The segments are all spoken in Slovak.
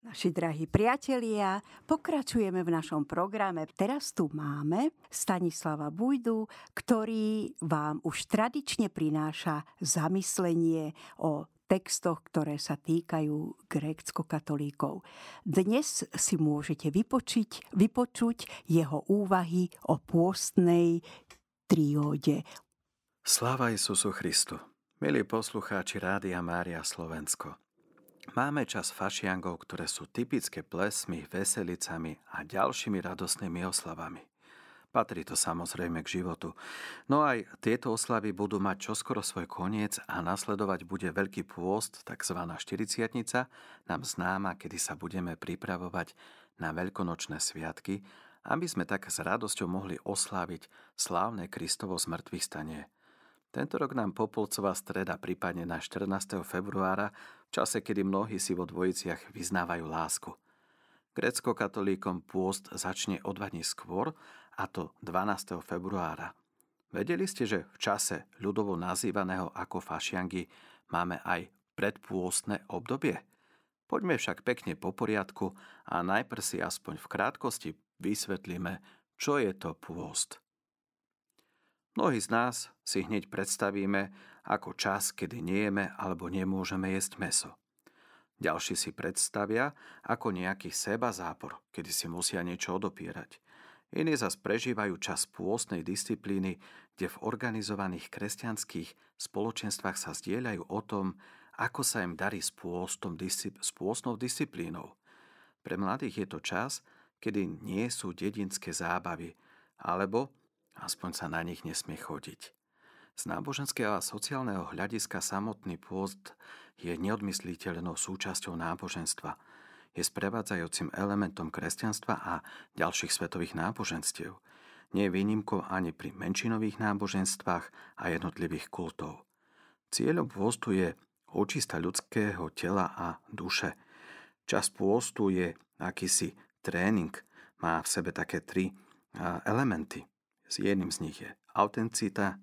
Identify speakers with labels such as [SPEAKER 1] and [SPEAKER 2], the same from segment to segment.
[SPEAKER 1] Naši drahí priatelia, pokračujeme v našom programe. Teraz tu máme Stanislava Bujdu, ktorý vám už tradične prináša zamyslenie o textoch, ktoré sa týkajú grécko-katolíkov. Dnes si môžete vypočuť jeho úvahy o pôstnej trióde.
[SPEAKER 2] Sláva Isusu Christu. Milí poslucháči Rádia Mária Slovensko. Máme čas fašiangov, ktoré sú typické plesmi, veselicami a ďalšími radostnými oslavami. Patrí to samozrejme k životu. No aj tieto oslavy budú mať čoskoro svoj koniec a nasledovať bude Veľký pôst, takzvaná Štyriciatnica, nám známa, kedy sa budeme pripravovať na veľkonočné sviatky, aby sme tak s radosťou mohli osláviť slávne Kristovo zmŕtvychvstanie. Tento rok nám Popolcová streda pripadne na 14. februára, v čase, kedy mnohí si vo dvojiciach vyznávajú lásku. Grécko-katolíkom pôst začne o 2 dní skôr, a to 12. februára. Vedeli ste, že v čase ľudovo nazývaného ako fašiangy máme aj predpôstne obdobie? Poďme však pekne po poriadku a najprv si aspoň v krátkosti vysvetlíme, čo je to pôst. Mnohí z nás si hneď predstavíme ako čas, kedy nejeme alebo nemôžeme jesť mäso. Ďalší si predstavia ako nejaký sebazápor, kedy si musia niečo odopierať. Iní zas prežívajú čas pôstnej disciplíny, kde v organizovaných kresťanských spoločenstvách sa zdieľajú o tom, ako sa im darí s pôstnou disciplínou. Pre mladých je to čas, kedy nie sú dedinské zábavy, alebo aspoň sa na nich nesmie chodiť. Z náboženského a sociálneho hľadiska samotný pôst je neodmysliteľnou súčasťou náboženstva. Je sprevádzajúcim elementom kresťanstva a ďalších svetových náboženstiev. Nie je výnimkou ani pri menšinových náboženstvách a jednotlivých kultov. Cieľom pôstu je očista ľudského tela a duše. Čas pôstu je akýsi tréning. Má v sebe také 3 elementy. Jedným z nich je autenticita,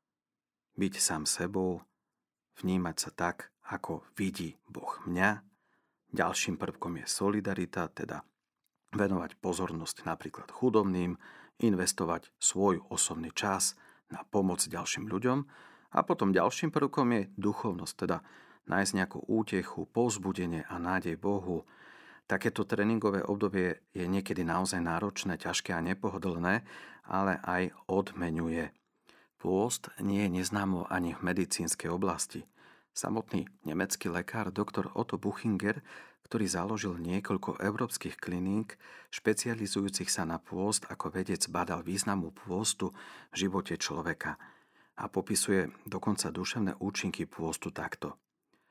[SPEAKER 2] byť sám sebou, vnímať sa tak, ako vidí Boh mňa. Ďalším prvkom je solidarita, teda venovať pozornosť napríklad chudobným, investovať svoj osobný čas na pomoc ďalším ľuďom. A potom ďalším prvkom je duchovnosť, teda nájsť nejakú útechu, povzbudenie a nádej Bohu. Takéto tréningové obdobie je niekedy naozaj náročné, ťažké a nepohodlné, ale aj odmeňuje. Pôst nie je neznámo ani v medicínskej oblasti. Samotný nemecký lekár dr. Otto Buchinger, ktorý založil niekoľko európskych kliník, špecializujúcich sa na pôst, ako vedec badal významu pôstu v živote človeka a popisuje dokonca duševné účinky pôstu takto.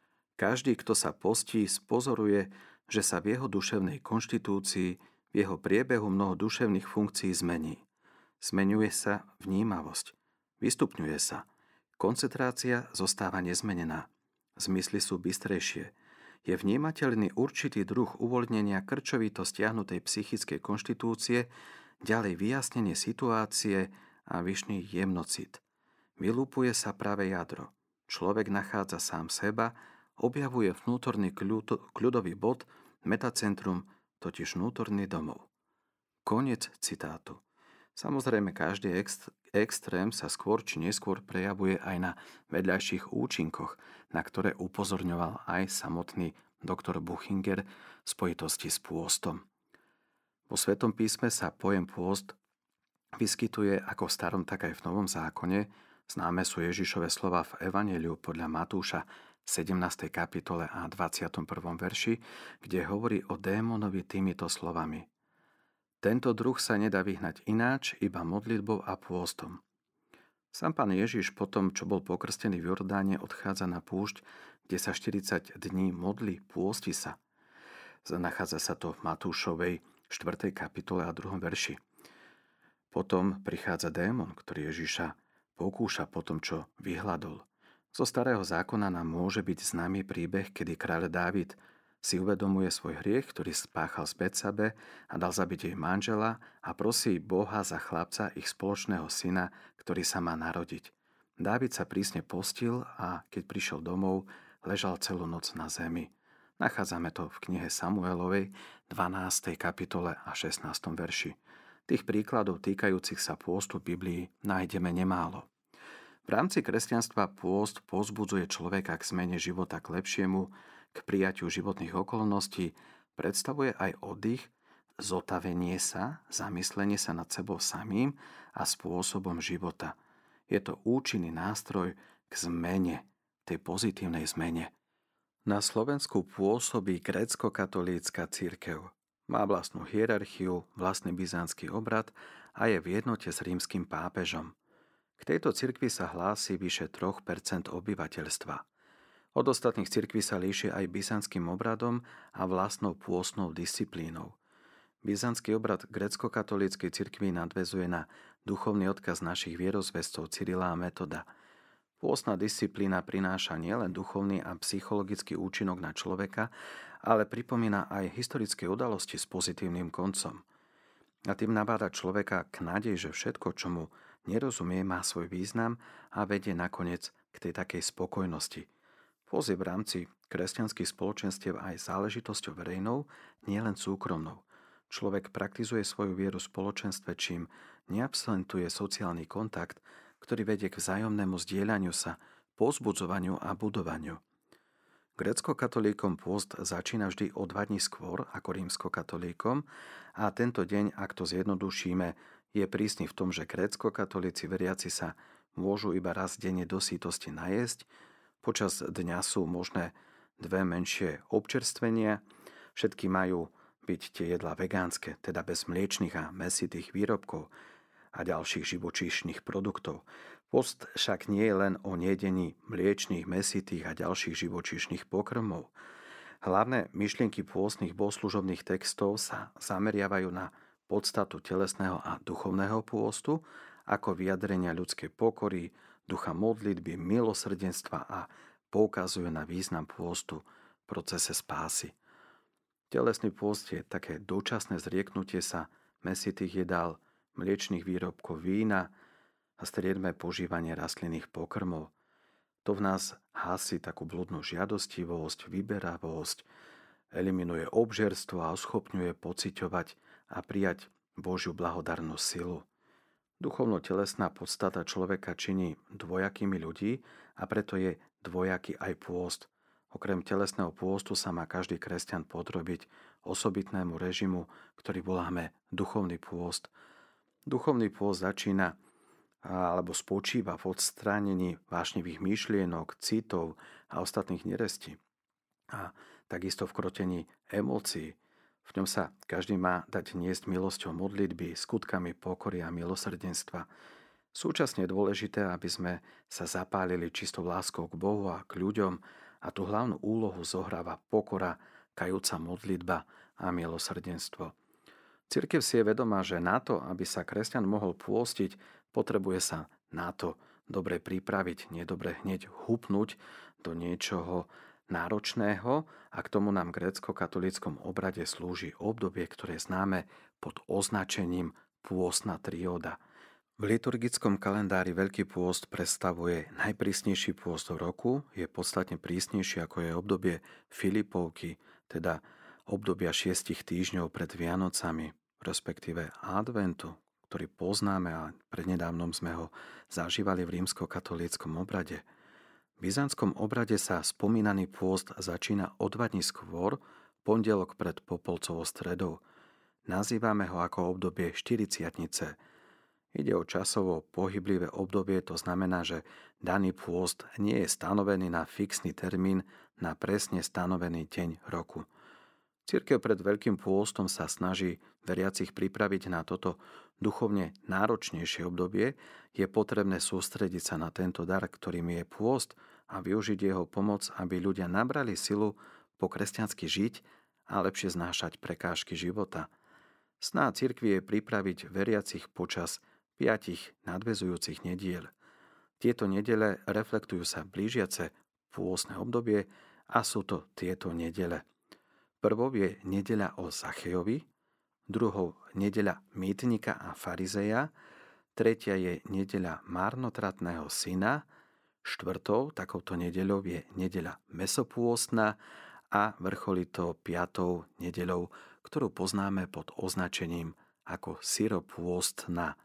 [SPEAKER 2] Každý, kto sa postí, spozoruje, že sa v jeho duševnej konštitúcii, v jeho priebehu mnoho duševných funkcií zmení. Zmeňuje sa vnímavosť, vystupňuje sa. Koncentrácia zostáva nezmenená. Zmysly sú bystrejšie. Je vnímateľný určitý druh uvoľnenia krčovito stiahnutej psychickej konštitúcie, ďalej vyjasnenie situácie a vyšší jemnocit. Vylúpuje sa pravé jadro. Človek nachádza sám seba, objavuje vnútorný kľudový bod, metacentrum, totiž vnútorný domov. Koniec citátu. Samozrejme, každý extrém sa skôr či neskôr prejavuje aj na vedľajších účinkoch, na ktoré upozorňoval aj samotný doktor Buchinger v spojitosti s pôstom. Vo Svetom písme sa pojem pôst vyskytuje ako v starom, tak aj v Novom zákone. Známe sú Ježišove slova v Evanjeliu podľa Matúša 17. kapitole a 21. verši, kde hovorí o démonovi týmito slovami. Tento druh sa nedá vyhnať ináč, iba modlitbou a pôstom. Sám Pán Ježiš po tom, čo bol pokrstený v Jordáne, odchádza na púšť, kde sa 40 dní modlí, pôsti sa. Nachádza sa to v Matúšovej 4. kapitole a 2. verši. Potom prichádza démon, ktorý Ježiša pokúša po tom, čo vyhladol. Zo starého zákona nám môže byť známy príbeh, kedy kráľ Dávid si uvedomuje svoj hriech, ktorý spáchal z Betsabe a dal zabiť jej manžela a prosí Boha za chlapca, ich spoločného syna, ktorý sa má narodiť. Dávid sa prísne postil a keď prišiel domov, ležal celú noc na zemi. Nachádzame to v knihe Samuelovej 12. kapitole a 16. verši. Tých príkladov týkajúcich sa pôstu v Biblii nájdeme nemálo. V rámci kresťanstva pôst povzbudzuje človeka k zmene života k lepšiemu, k prijatiu životných okolností, predstavuje aj oddych, zotavenie sa, zamyslenie sa nad sebou samým a spôsobom života. Je to účinný nástroj k zmene, tej pozitívnej zmene. Na Slovensku pôsobí grécko-katolícka cirkev. Má vlastnú hierarchiu, vlastný byzantský obrad a je v jednote s rímskym pápežom. K tejto cirkvi sa hlási vyše 3% obyvateľstva. Od ostatných cirkví sa líši aj byzantským obradom a vlastnou pôstnou disciplínou. Byzantský obrad grécko-katolíckej cirkvi nadväzuje na duchovný odkaz našich vierozvescov Cyrila a Metoda. Pôstna disciplína prináša nielen duchovný a psychologický účinok na človeka, ale pripomína aj historické udalosti s pozitívnym koncom. A tým nabáda človeka k nádej, že všetko, čo mu nerozumie, má svoj význam a vedie nakoniec k tej takej spokojnosti. Pôst je v rámci kresťanských spoločenstiev aj záležitosťou verejnou, nielen súkromnou. Človek praktizuje svoju vieru v spoločenstve, čím neabsentuje sociálny kontakt, ktorý vedie k vzájomnému zdieľaniu sa, povzbudzovaniu a budovaniu. Grécko-katolíkom pôst začína vždy o 2 dní skôr ako rímsko-katolíkom a tento deň, ak to zjednodušíme, je prísny v tom, že grécko-katolíci veriaci sa môžu iba raz denne do sýtosti najesť, počas dňa sú možné 2 menšie občerstvenia, všetky majú byť tie jedlá vegánske, teda bez mliečnych a mäsitých výrobkov a ďalších živočíšnych produktov. Post však nie je len o nejedení mliečných, mäsitých a ďalších živočíšnych pokrmov. Hlavné myšlienky pôstnych bohoslužobných textov sa zameriavajú na podstatu telesného a duchovného pôstu, ako vyjadrenia ľudskej pokory, ducha modlitby, milosrdenstva a poukazujú na význam pôstu v procese spásy. Telesný pôst je také dočasné zrieknutie sa mäsitých jedál, mliečnych výrobkov, vína a striedme požívanie rastlinných pokrmov. To v nás hasí takú blúdnu žiadostivosť, vyberavosť, eliminuje obžerstvo a uschopňuje pociťovať a prijať Božiu blahodarnú silu. Duchovno-telesná podstata človeka činí dvojakými ľudí a preto je dvojaký aj pôst. Okrem telesného pôstu sa má každý kresťan podrobiť osobitnému režimu, ktorý voláme duchovný pôst. Duchovný pôst začína alebo spočíva v odstránení vášnivých myšlienok, citov a ostatných nerestí. A takisto v krotení emócií. V ňom sa každý má dať niesť milosťou modlitby, skutkami pokory a milosrdenstva. Súčasne je dôležité, aby sme sa zapálili čistou láskou k Bohu a k ľuďom, a tú hlavnú úlohu zohráva pokora, kajúca modlitba a milosrdenstvo. Cirkev si je vedomá, že na to, aby sa kresťan mohol pôstiť, potrebuje sa na to dobre pripraviť, nie dobre hneď hupnúť do niečoho náročného a k tomu nám v grécko-katolíckom obrade slúži obdobie, ktoré známe pod označením pôstna trióda. V liturgickom kalendári Veľký pôst predstavuje najprísnejší pôst v roku, je podstatne prísnejší ako je obdobie Filipovky, teda obdobia 6 týždňov pred Vianocami, respektíve adventu, ktorý poznáme a prednedávnom sme ho zažívali v rímsko-katolíckom obrade. V byzantskom obrade sa spomínaný pôst začína o 2 dní skôr, pondelok pred Popolcovou stredou. Nazývame ho ako obdobie Štyriciatnice. Ide o časovo pohyblivé obdobie, to znamená, že daný pôst nie je stanovený na fixný termín, na presne stanovený deň roku. Cirkev pred Veľkým pôstom sa snaží veriacich pripraviť na toto duchovne náročnejšie obdobie. Je potrebné sústrediť sa na tento dar, ktorým je pôst, a využiť jeho pomoc, aby ľudia nabrali silu po kresťansky žiť a lepšie znášať prekážky života. Sná cirkvi je pripraviť veriacich počas 5 nadväzujúcich nediel. Tieto nedele reflektujú sa blížiace pôstne obdobie a sú to tieto nedele. Prvou je nedeľa o Zachejovi, druhou nedeľa mýtnika a farizeja, tretia je nedeľa marnotratného syna, štvrtou takouto nedeľou je nedeľa mesopôstna a vrcholí to 5. nedeľou, ktorú poznáme pod označením ako syropôstna.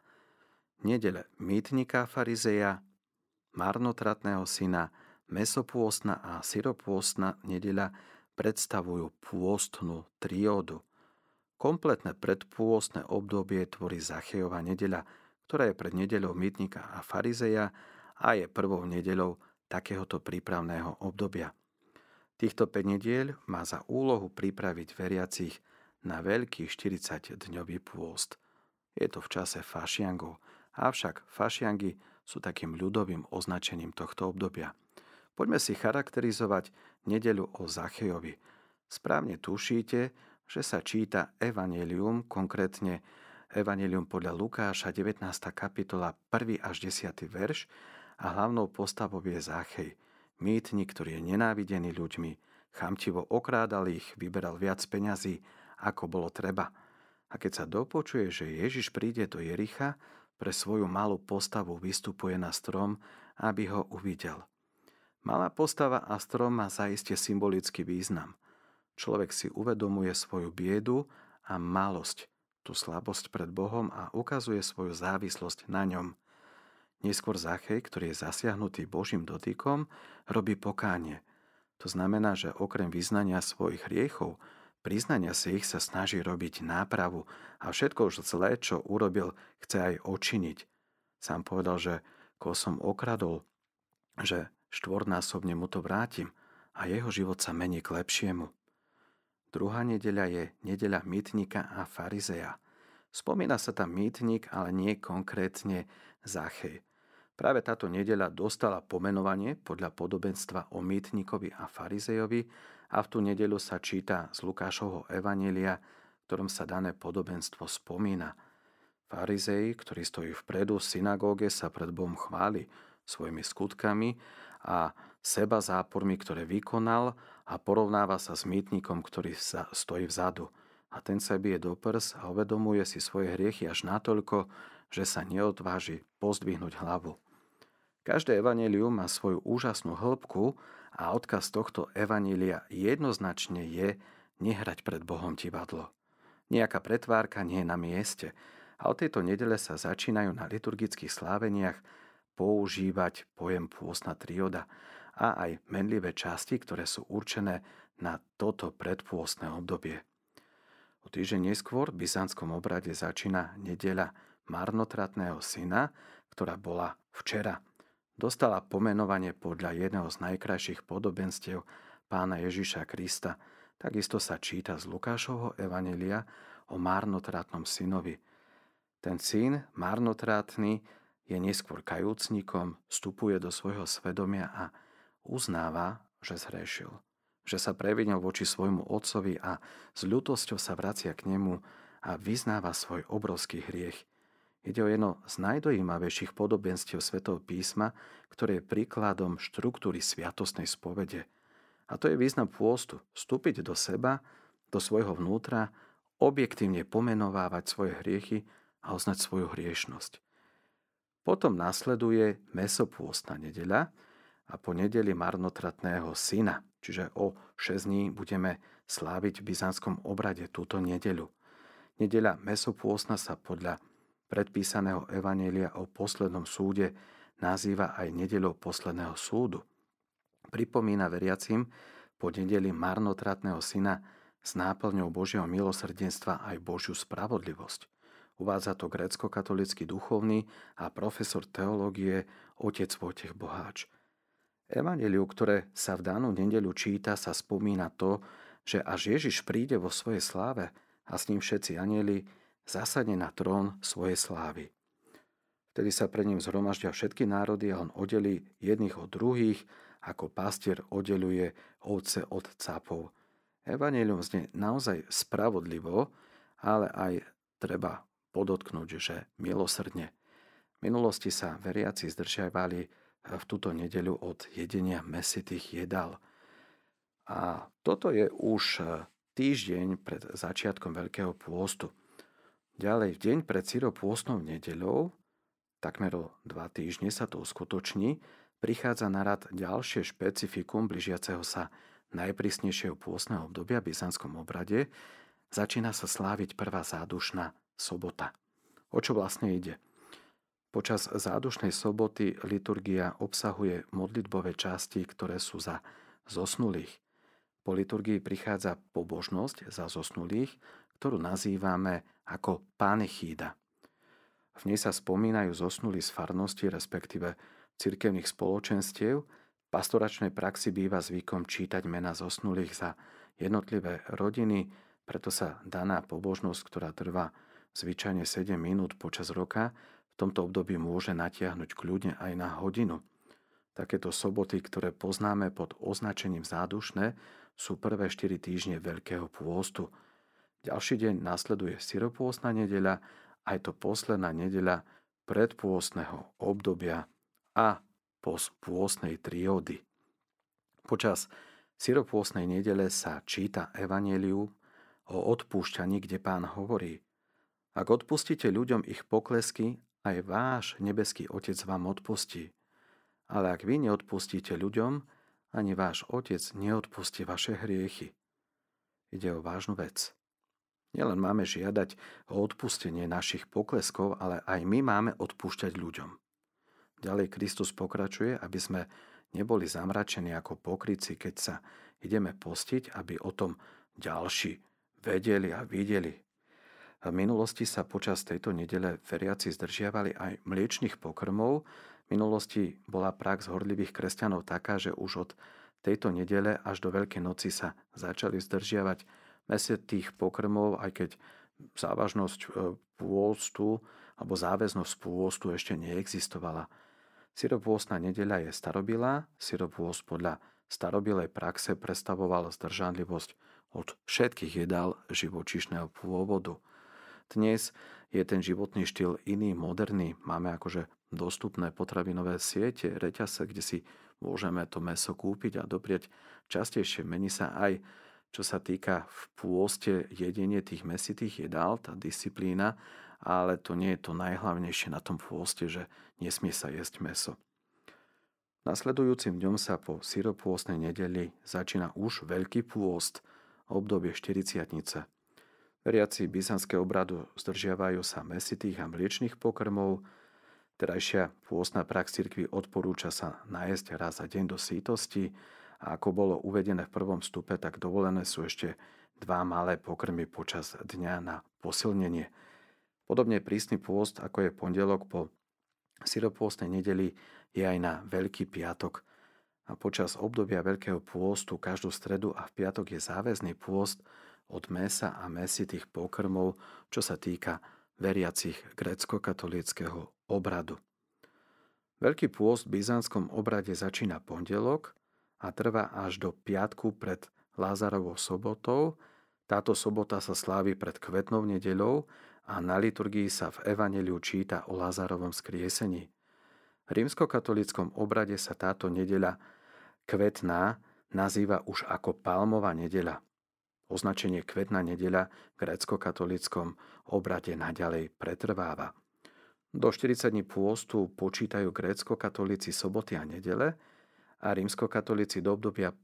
[SPEAKER 2] Nedeľa mýtnika farizeja, marnotratného syna, mesopôstna a syropôstna nedeľa predstavujú pôstnu triódu. Kompletné predpôstne obdobie tvorí Zachejova nedeľa, ktorá je pred nedeľou mýtnika a farizeja a je prvou nedeľou takéhoto prípravného obdobia. Týchto 5 nedieľ má za úlohu pripraviť veriacich na veľký 40-dňový pôst. Je to v čase fašiangov, avšak fašiangy sú takým ľudovým označením tohto obdobia. Poďme si charakterizovať nedeľu o Zachejovi. Správne tušíte, že sa číta evanjelium, konkrétne evanjelium podľa Lukáša, 19. kapitola, 1. až 10. verš a hlavnou postavou je Zachej. Mýtnik, ktorý je nenávidený ľuďmi, chamtivo okrádal ich, vyberal viac peňazí, ako bolo treba. A keď sa dopočuje, že Ježiš príde do Jericha, pre svoju malú postavu vystupuje na strom, aby ho uvidel. Malá postava a strom má zaiste symbolický význam. Človek si uvedomuje svoju biedu a malosť, tú slabosť pred Bohom a ukazuje svoju závislosť na ňom. Neskôr Zachej, ktorý je zasiahnutý Božím dotykom, robí pokánie. To znamená, že okrem vyznania svojich hriechov, priznania si ich sa snaží robiť nápravu a všetko už zlé, čo urobil, chce aj odčiniť. Sám povedal, že koho som okradol, že štvornásobne mu to vrátim a jeho život sa mení k lepšiemu. Druhá nedeľa je nedeľa mýtnika a farizeja. Spomína sa tam mýtnik, ale nie konkrétne Zachej. Práve táto nedeľa dostala pomenovanie podľa podobenstva o mýtnikovi a farizejovi a v tú nedeľu sa číta z Lukášovho evanjelia, v ktorom sa dané podobenstvo spomína. Farizej, ktorý stojí vpredu v synagóge, sa pred Bohom chváli svojimi skutkami a seba zápormi, ktoré vykonal a porovnáva sa s mýtnikom, ktorý stojí vzadu. A ten sa bije do prs a uvedomuje si svoje hriechy až natoľko, že sa neodváži pozdvihnúť hlavu. Každé evanjelium má svoju úžasnú hĺbku a odkaz tohto evanjelia jednoznačne je nehrať pred Bohom divadlo. Nejaká pretvárka nie je na mieste a od tejto nedele sa začínajú na liturgických sláveniach používať pojem pôstna trióda a aj menlivé časti, ktoré sú určené na toto predpôstne obdobie. O týždeň neskôr v byzantskom obrade začína nedeľa marnotratného syna, ktorá bola včera. Dostala pomenovanie podľa jedného z najkrajších podobenstiev Pána Ježiša Krista. Takisto sa číta z Lukášovho evanjelia o marnotratnom synovi. Ten syn, marnotratný, je neskôr kajúcnikom, vstupuje do svojho svedomia a uznáva, že zhrešil. Že sa previnil voči svojmu otcovi a s ľutosťou sa vracia k nemu a vyznáva svoj obrovský hriech. Ide o jedno z najdojímavejších podobenstiev Svätého písma, ktoré je príkladom štruktúry sviatostnej spovede. A to je význam pôstu, vstúpiť do seba, do svojho vnútra, objektívne pomenovávať svoje hriechy a uznať svoju hriešnosť. Potom nasleduje mesopôstna nedeľa a po nedeli marnotratného syna, čiže o 6 dní budeme sláviť v byzantskom obrade túto nedeľu. Nedeľa mesopôstna sa podľa predpísaného evanjelia o poslednom súde nazýva aj nedeľou posledného súdu. Pripomína veriacim po nedeli marnotratného syna s náplňou Božieho milosrdenstva aj Božiu spravodlivosť. Uvádza to grécko-katolícky duchovný a profesor teológie otec Vojtech Boháč. Evanjeliu, ktoré sa v danú nedeľu číta, sa spomína to, že až Ježiš príde vo svojej sláve a s ním všetci anjeli, zasadne na trón svojej slávy. Vtedy sa pred ním zhromaždia všetky národy a on oddelí jedných od druhých, ako pastier oddeluje ovce od capov. Evanjelium znie naozaj spravodlivo, ale aj treba podotknúť, že milosrdne. V minulosti sa veriaci zdržiavali v túto nedeľu od jedenia mäsitých jedál. A toto je už týždeň pred začiatkom Veľkého pôstu. Ďalej, v deň pred syropôstnou nedeľou, takmer o 2 týždne sa to uskutoční, prichádza na rad ďalšie špecifikum blížiaceho sa najprísnejšieho pôstneho obdobia v byzantskom obrade začína sa sláviť prvá zádušná sobota. O čo vlastne ide? Počas zádušnej soboty liturgia obsahuje modlitbové časti, ktoré sú za zosnulých. Po liturgii prichádza pobožnosť za zosnulých, ktorú nazývame ako panechída. V nej sa spomínajú zosnulí z farnosti, respektíve cirkevných spoločenstiev. V pastoračnej praxi býva zvykom čítať mená zosnulých za jednotlivé rodiny, preto sa daná pobožnosť, ktorá trvá zvyčajne 7 minút počas roka, v tomto období môže natiahnuť kľudne aj na hodinu. Takéto soboty, ktoré poznáme pod označením zádušné, sú prvé 4 týždne Veľkého pôstu. Ďalší deň nasleduje syropôstna nedeľa, aj to posledná nedeľa predpôstneho obdobia a pôstnej triódy. Počas syropôstnej nedele sa číta evanjelium o odpúšťaní, kde Pán hovorí: Ak odpustíte ľuďom ich poklesky, aj váš nebeský Otec vám odpustí. Ale ak vy neodpustíte ľuďom, ani váš Otec neodpustí vaše hriechy. Ide o vážnu vec. Nielen máme žiadať o odpustenie našich pokleskov, ale aj my máme odpúšťať ľuďom. Ďalej Kristus pokračuje, aby sme neboli zamračení ako pokrytci, keď sa ideme postiť, aby o tom ďalší vedeli a videli. V minulosti sa počas tejto nedele veriaci zdržiavali aj mliečnych pokrmov. V minulosti bola prax horlivých kresťanov taká, že už od tejto nedele až do Veľkej noci sa začali zdržiavať mäsitých pokrmov, aj keď závažnosť pôstu alebo záväznosť pôstu ešte neexistovala. Syropôstna nedeľa je starobilá. Syropôst podľa starobilej praxe predstavoval zdržanlivosť od všetkých jedál živočíšneho pôvodu. Dnes je ten životný štýl iný, moderný. Máme akože dostupné potravinové siete, reťazce, kde si môžeme to mäso kúpiť a doprieť častejšie. Mení sa aj, čo sa týka v pôste jedenie tých mäsitých jedál, tá disciplína, ale to nie je to najhlavnejšie na tom pôste, že nesmie sa jesť mäso. Nasledujúcim dňom sa po syropôstnej nedeli začína už Veľký pôst, obdobie štyridsiatnice. Veriaci byzantského obradu zdržiavajú sa mäsitých a mliečnych pokrmov. Terajšia pôstna prax cirkvi odporúča sa najesť raz za deň do sítosti a ako bolo uvedené v prvom stupe, tak dovolené sú ešte 2 malé pokrmy počas dňa na posilnenie. Podobne prísny pôst, ako je pondelok po syropôstnej nedeli, je aj na Veľký piatok. A počas obdobia Veľkého pôstu každú stredu a v piatok je záväzný pôst od mäsa a mäsitých pokrmov, čo sa týka veriacich grécko-katolíckeho obradu. Veľký pôst v byzantskom obrade začína pondelok a trvá až do piatku pred Lázarovou sobotou. Táto sobota sa slávi pred kvetnou nedeľou a na liturgii sa v evanjeliu číta o Lázarovom skriesení. V rímskokatolíckom obrade sa táto nedeľa kvetná nazýva už ako palmová nedeľa. Označenie kvetná nedeľa v grécko-katolíckom obrade naďalej pretrváva. Do 40 dní pôstu počítajú grécko-katolíci soboty a nedele a rímskokatolíci do obdobia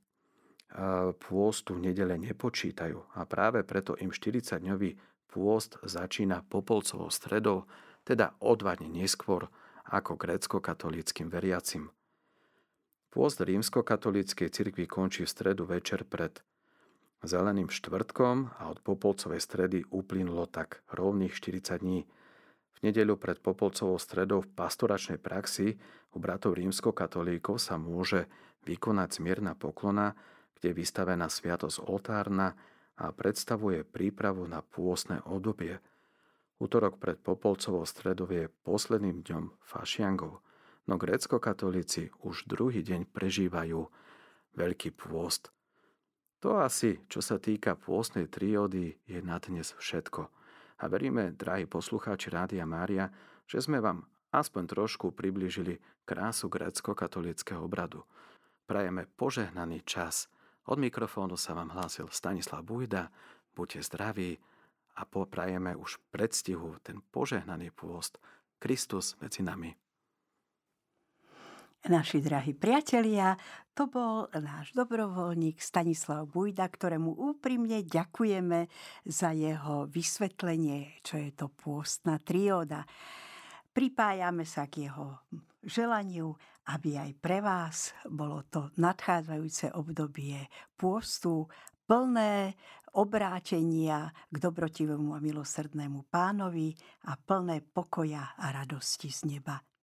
[SPEAKER 2] pôstu nedele nepočítajú. A práve preto im 40-dňový pôst začína popolcovou stredou, teda o 2 dni neskôr ako grécko-katolíckym veriacim. Pôst rímskokatolíckej cirkvi končí v stredu večer pred zeleným štvrtkom a od popolcovej stredy uplynulo tak rovných 40 dní. V nedeľu pred popolcovou stredou v pastoračnej praxi u bratov rímskokatolíkov sa môže vykonať zmierna poklona, kde je vystavená sviatosť oltárna a predstavuje prípravu na pôstne obdobie. Utorok pred popolcovou stredou je posledným dňom fašiangov, no grécko-katolíci už druhý deň prežívajú Veľký pôst. To asi, čo sa týka pôstnej triódy, je na dnes všetko. A veríme, drahí poslucháči Rádia Mária, že sme vám aspoň trošku priblížili krásu grécko-katolíckeho obradu. Prajeme požehnaný čas. Od mikrofónu sa vám hlásil Stanislav Bujda. Buďte zdraví a prajeme už predstihu ten požehnaný pôst. Kristus medzi nami.
[SPEAKER 1] Naši drahí priatelia, to bol náš dobrovoľník Stanislav Bujda, ktorému úprimne ďakujeme za jeho vysvetlenie, čo je to pôstna trióda. Pripájame sa k jeho želaniu, aby aj pre vás bolo to nadchádzajúce obdobie pôstu plné obrátenia k dobrotivému a milosrdnému Pánovi a plné pokoja a radosti z neba.